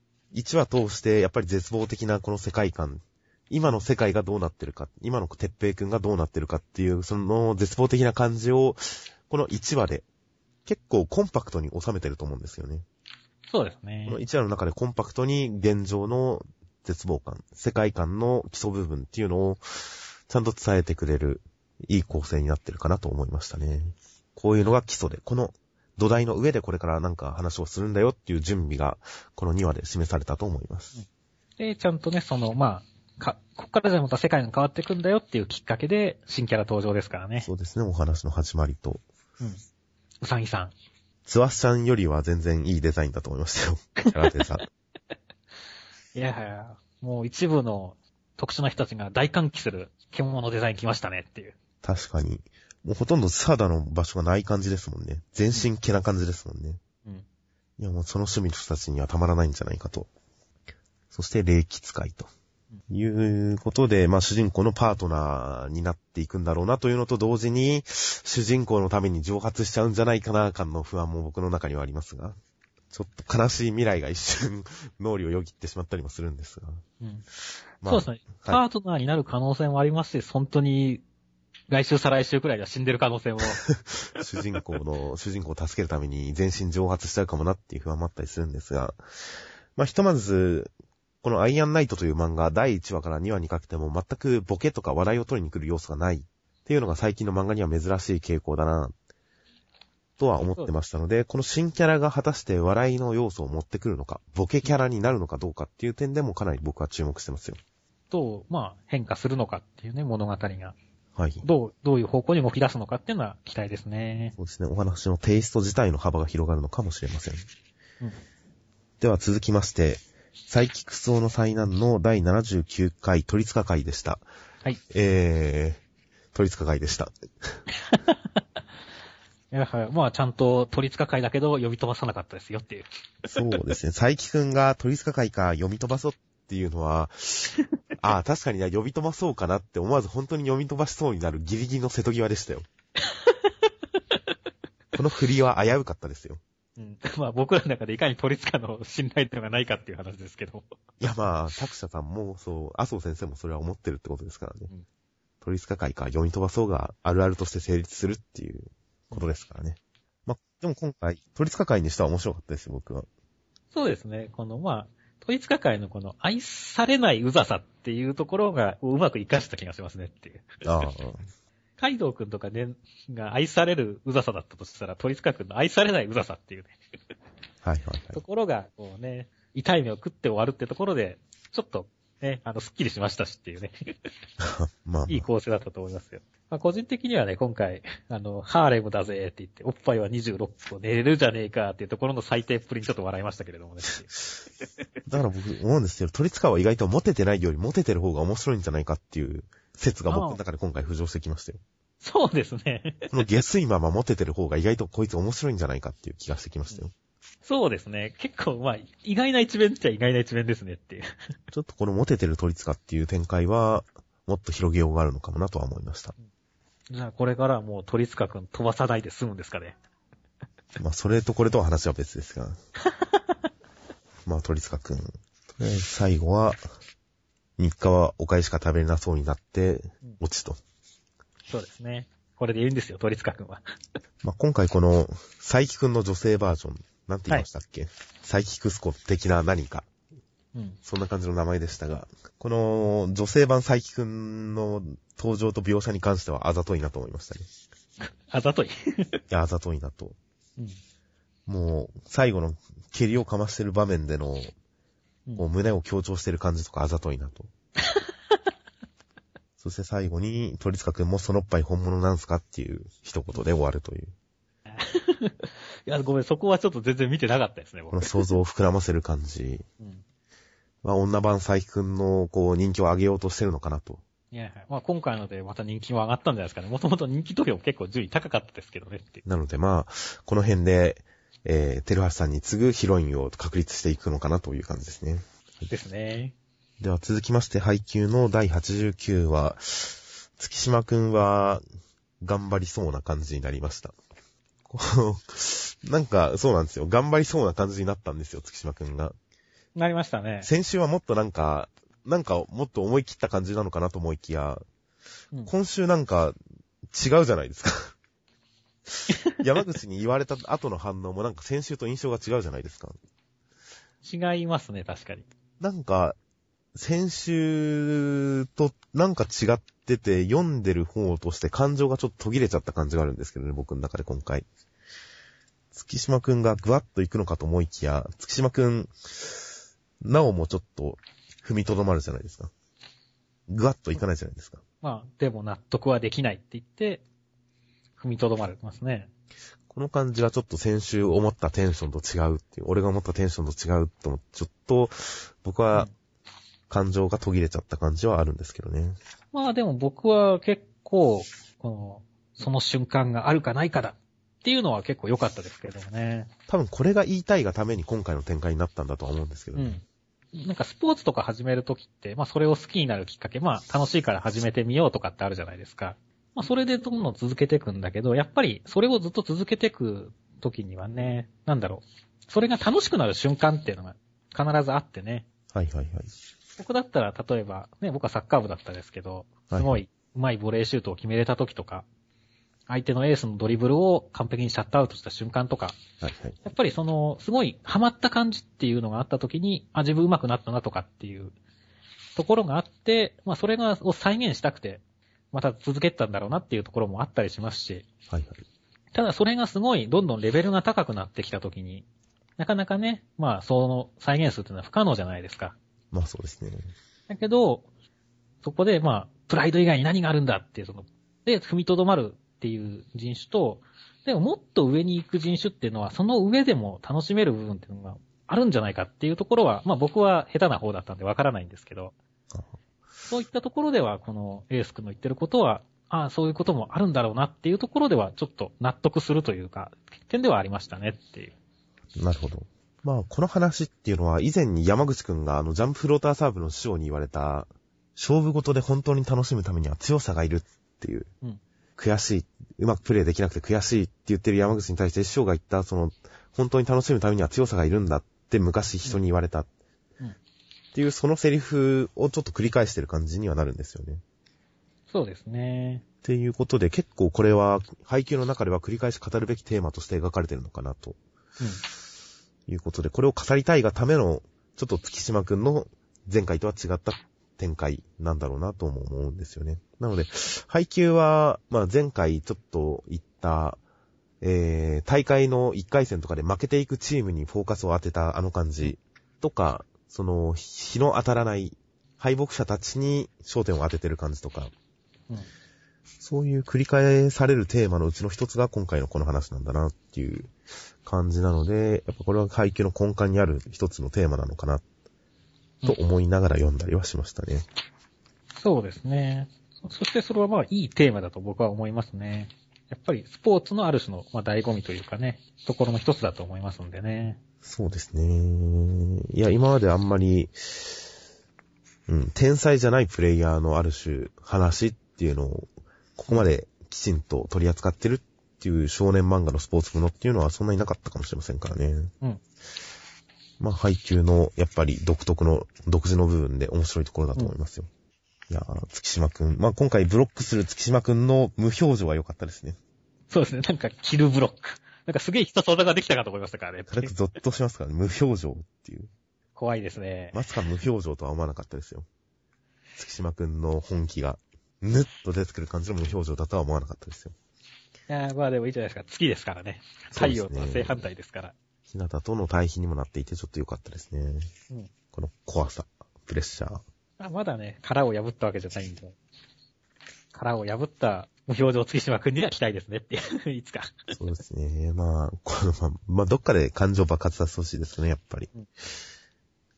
Speaker 1: 1話通してやっぱり絶望的なこの世界観、今の世界がどうなってるか、今の鉄平くんがどうなってるかっていう、その絶望的な感じを、この1話で結構コンパクトに収めてると思うんですよね。
Speaker 2: そうですね。
Speaker 1: この1話の中でコンパクトに現状の絶望感、世界観の基礎部分っていうのをちゃんと伝えてくれるいい構成になってるかなと思いましたね。こういうのが基礎で、この土台の上でこれからなんか話をするんだよっていう準備がこの2話で示されたと思います。
Speaker 2: で、ちゃんとね、まあ、こっからじゃまた世界が変わっていくんだよっていうきっかけで新キャラ登場ですからね。
Speaker 1: そうですね、お話の始まりと。
Speaker 2: うん。うさぎさん。
Speaker 1: つわしちゃんよりは全然いいデザインだと思いましたよ。キャラデザ。
Speaker 2: いやいや、もう一部の特殊な人たちが大歓喜する獣のデザイン来ましたねっていう。
Speaker 1: 確かに。もうほとんどサーダの場所がない感じですもんね。全身毛な感じですもんね。
Speaker 2: うん。
Speaker 1: いやもうその趣味の人たちにはたまらないんじゃないかと。そして霊気使いと。いうことで、まあ主人公のパートナーになっていくんだろうなというのと同時に、主人公のために蒸発しちゃうんじゃないかな感の不安も僕の中にはありますが、ちょっと悲しい未来が一瞬脳裏をよぎってしまったりもするんですが。
Speaker 2: うん。
Speaker 1: まあ、
Speaker 2: そうですね。パートナーになる可能性もありますし、本当に来週再来週くらいでは死んでる可能性も。
Speaker 1: 主人公を助けるために全身蒸発しちゃうかもなっていう不安もあったりするんですが、まあひとまず、このアイアンナイトという漫画、第1話から2話にかけても全くボケとか話題を取りに来る要素がないっていうのが最近の漫画には珍しい傾向だな。 とは思ってましたので、この新キャラが果たして笑いの要素を持ってくるのか、ボケキャラになるのかどうかっていう点でもかなり僕は注目してますよ。
Speaker 2: 変化するのかっていうね、物語が。
Speaker 1: はい。
Speaker 2: どういう方向に動き出すのかっていうのは期待ですね。
Speaker 1: そうですね。お話のテイスト自体の幅が広がるのかもしれません。
Speaker 2: うん。
Speaker 1: では続きまして、サイキクスオの災難の第79回鳥塚会でした。
Speaker 2: はい。
Speaker 1: 鳥塚会でした。
Speaker 2: ちゃんと鳥塚会だけど読み飛ばさなかったですよっていう。
Speaker 1: そうですね。佐伯くんが鳥塚会か読み飛ばそうっていうのは、確かに読み飛ばそうかなって思わず本当に読み飛ばしそうになるギリギリの瀬戸際でしたよ。この振りは危うかったですよ。
Speaker 2: うん。僕らの中でいかに鳥塚の信頼度がないかっていう話ですけど。
Speaker 1: いや作者さんもそう、麻生先生もそれは思ってるってことですからね。
Speaker 2: うん、
Speaker 1: 鳥塚会か読み飛ばそうがあるあるとして成立するっていうことですからね。でも今回、鳥塚会にしては面白かったですよ、僕は。
Speaker 2: そうですね。鳥塚会のこの愛されないうざさっていうところがうまく活かした気がしますねっていう。カイドウくんとかね、が愛されるうざさだったとしたら、鳥塚くんの愛されないうざさっていうね。
Speaker 1: はい。
Speaker 2: ところが、痛い目を食って終わるってところで、ちょっと、ね、スッキリしましたしっていうね。いい構成だったと思いますよ。個人的にはね、今回、ハーレムだぜって言って、おっぱいは26個寝れるじゃねえかっていうところの最低っぷりにちょっと笑いましたけれどもね。
Speaker 1: だから僕思うんですけど、鳥塚は意外とモテてないよりモテてる方が面白いんじゃないかっていう説が僕の中で今回浮上してきましたよ。
Speaker 2: そうですね。
Speaker 1: この下水ままモテてる方が意外とこいつ面白いんじゃないかっていう気がしてきましたよ。
Speaker 2: そうですね。結構意外な一面っちゃ意外な一面ですねっていう。
Speaker 1: ちょっとこのモテてる鳥塚っていう展開は、もっと広げようがあるのかもなとは思いました。
Speaker 2: じゃあこれからはもう鳥塚くん飛ばさないで済むんですかね。
Speaker 1: それとこれとは話は別ですが。鳥塚くん。最後は、日課はおかゆしか食べれなそうになって、落ちと。
Speaker 2: そうですね。これで言うんですよ、鳥塚くんは。
Speaker 1: 今回この、佐伯くんの女性バージョン、なんて言いましたっけ、佐伯クスコ的な何か。そんな感じの名前でしたが、この女性版佐伯くんの登場と描写に関してはあざといなと思いましたね。
Speaker 2: あざとい。
Speaker 1: いや、あざといなと。もう、最後の蹴りをかましてる場面での、胸を強調してる感じとかあざといなと。そして最後に、鳥塚くんもそのっぱい本物なんすかっていう一言で終わるという。
Speaker 2: いや、ごめん、そこはちょっと全然見てなかったですね、僕。
Speaker 1: この想像を膨らませる感じ。女版佐伯くんの人気を上げようとしてるのかなと。
Speaker 2: いや、今回のでまた人気も上がったんじゃないですかね。もともと人気投票結構順位高かったですけどねって。
Speaker 1: なのでこの辺で、テルハシさんに次ぐヒロインを確立していくのかなという感じですね。
Speaker 2: ですね。
Speaker 1: では続きまして配給の第89話、月島くんは頑張りそうな感じになりました。なんかそうなんですよ。頑張りそうな感じになったんですよ、月島くんが。
Speaker 2: なりましたね。
Speaker 1: 先週はもっとなんかもっと思い切った感じなのかなと思いきや、今週なんか違うじゃないですか。山口に言われた後の反応もなんか先週と印象が違うじゃないですか。
Speaker 2: 違いますね、確かに。
Speaker 1: なんか、先週となんか違ってて、読んでる方として感情がちょっと途切れちゃった感じがあるんですけどね、僕の中で今回。月島くんがぐわっと行くのかと思いきや、月島くん、なおもちょっと踏みとどまるじゃないですか。ぐわっと行かないじゃないですか。
Speaker 2: でも納得はできないって言って、踏みとどまりますね。
Speaker 1: この感じがちょっと先週思ったテンションと違うっていう、俺が思ったテンションと違うと思って、ちょっと僕は感情が途切れちゃった感じはあるんですけどね。
Speaker 2: でも僕は結構、その瞬間があるかないかだっていうのは結構良かったですけどね。
Speaker 1: 多分これが言いたいがために今回の展開になったんだとは思うんですけどね。
Speaker 2: なんかスポーツとか始めるときって、それを好きになるきっかけ、楽しいから始めてみようとかってあるじゃないですか。それでどんどん続けていくんだけど、やっぱりそれをずっと続けていくときにはね、それが楽しくなる瞬間っていうのが必ずあってね。
Speaker 1: はい。
Speaker 2: 僕だったら、例えば、ね、僕はサッカー部だったんですけど、すごい上手いボレーシュートを決めれたときとか、相手のエースのドリブルを完璧にシャットアウトした瞬間とか、やっぱりすごいハマった感じっていうのがあったときに、自分上手くなったなとかっていうところがあって、それを再現したくて、また続けてたんだろうなっていうところもあったりしますし、 ただそれがすごいどんどんレベルが高くなってきたときに、なかなかね、まあその再現するっていうのは不可能じゃないですか。
Speaker 1: まあそうですね。
Speaker 2: だけど、そこでまあ、プライド以外に何があるんだっていうで、踏みとどまるっていう人種と、でももっと上に行く人種っていうのは、その上でも楽しめる部分っていうのがあるんじゃないかっていうところは、まあ僕は下手な方だったんでわからないんですけど、そういったところでは、このエース君の言ってることは、そういうこともあるんだろうなっていうところでは、ちょっと納得するというか、点ではありましたねっていう。
Speaker 1: なるほど。まあ、この話っていうのは、以前に山口くんがジャンプフローターサーブの師匠に言われた、勝負事で本当に楽しむためには強さがいるっていう、悔しい、うまくプレイできなくて悔しいって言ってる山口に対して師匠が言った、本当に楽しむためには強さがいるんだって昔人に言われた。っていう、そのセリフをちょっと繰り返してる感じにはなるんですよね。
Speaker 2: そうですね。
Speaker 1: っていうことで、結構これは、配給の中では繰り返し語るべきテーマとして描かれてるのかなと。いうことで、これを語りたいがための、ちょっと月島くんの前回とは違った展開なんだろうなとも思うんですよね。なので、配給は、まあ前回ちょっと言った、大会の1回戦とかで負けていくチームにフォーカスを当てたあの感じとか、日の当たらない敗北者たちに焦点を当ててる感じとか、そういう繰り返されるテーマのうちの一つが今回のこの話なんだなっていう感じなので、やっぱこれは配給の根幹にある一つのテーマなのかなと思いながら読んだりはしましたね。
Speaker 2: そうですね。そしてそれはまあいいテーマだと僕は思いますね。やっぱりスポーツのある種の醍醐味というかね、ところの一つだと思いますんでね。
Speaker 1: そうですね。いや、今まであんまり、天才じゃないプレイヤーのある種話っていうのをここまできちんと取り扱ってるっていう少年漫画のスポーツものっていうのはそんなになかったかもしれませんからね。まあ配給のやっぱり独自の部分で面白いところだと思いますよ。いやー、月島くん。まあ今回ブロックする月島くんの無表情は良かったですね。
Speaker 2: そうですね。なんかキルブロック。なんかすげえ必殺技ができたかと思いましたからね。
Speaker 1: 軽くゾッとしますからね。無表情っていう。
Speaker 2: 怖いですね。
Speaker 1: まさか無表情とは思わなかったですよ。月島くんの本気が、ぬっと出てくる感じの無表情だとは思わなかったですよ。
Speaker 2: いやまあでもいいじゃないですか。月ですからね。太陽とは正反対ですから。
Speaker 1: 日向との対比にもなっていてちょっと良かったですね。この怖さ、プレッシャー。
Speaker 2: まだね、殻を破ったわけじゃないんで。殻を破った無表情月島くんには期待ですねっていう、いつか。
Speaker 1: そうですね。まあ、どっかで感情爆発させてほしいですね、やっぱり。